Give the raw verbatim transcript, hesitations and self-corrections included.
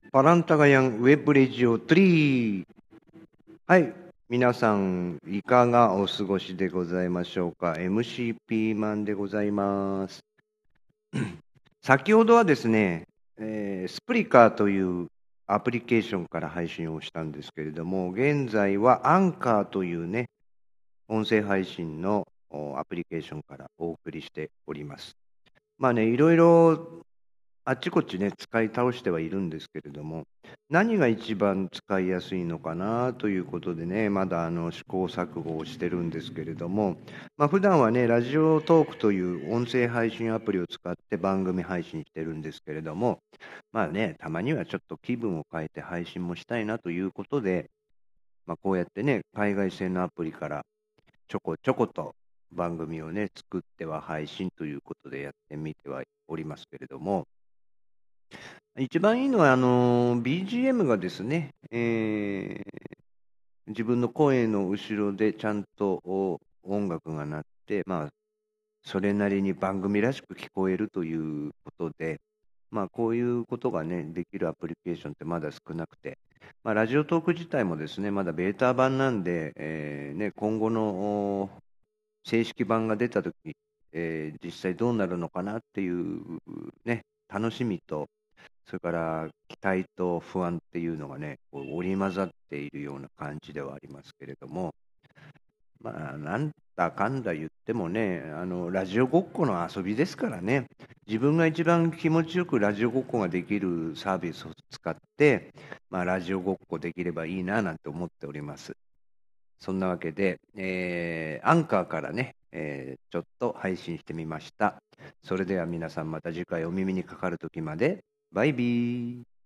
パランタガヤンウェブレジオトリー。はい。皆さん、いかがお過ごしでございましょうか。エムシー ピーマンでございます。先ほどはですね、えースプリカーというアプリケーションから配信をしたんですけれども、現在はアンカーというね、音声配信のおアプリケーションからお送りしております。まあね、いろいろあっちこっちね、使い倒してはいるんですけれども、何が一番使いやすいのかなということでね、まだあの試行錯誤をしてるんですけれども、まあ、普段はね、ラジオトークという音声配信アプリを使って番組配信してるんですけれども、まあね、たまにはちょっと気分を変えて配信もしたいなということで、まあ、こうやってね、海外製のアプリからちょこちょこと番組をね、作っては配信ということでやってみてはおりますけれども、一番いいのは、あの、ビージーエム がですね、えー自分の声の後ろでちゃんとお音楽が鳴って、まあ、それなりに番組らしく聞こえるということで、まあ、こういうことがね、できるアプリケーションってまだ少なくて、まあ、ラジオトーク自体もですね、まだベータ版なんで、えーね、今後のお正式版が出たとき、えー実際どうなるのかなっていうね、楽しみと、それから期待と不安っていうのがね、こう織り交ざっているような感じではありますけれども、まあ、なんだかんだ言ってもね、あの、ラジオごっこの遊びですからね、自分が一番気持ちよくラジオごっこができるサービスを使って、まあ、ラジオごっこできればいいななんて思っております。そんなわけで、えーアンカーからね、えーちょっと配信してみました。それでは皆さんまた次回お耳にかかるときまで、バイビー。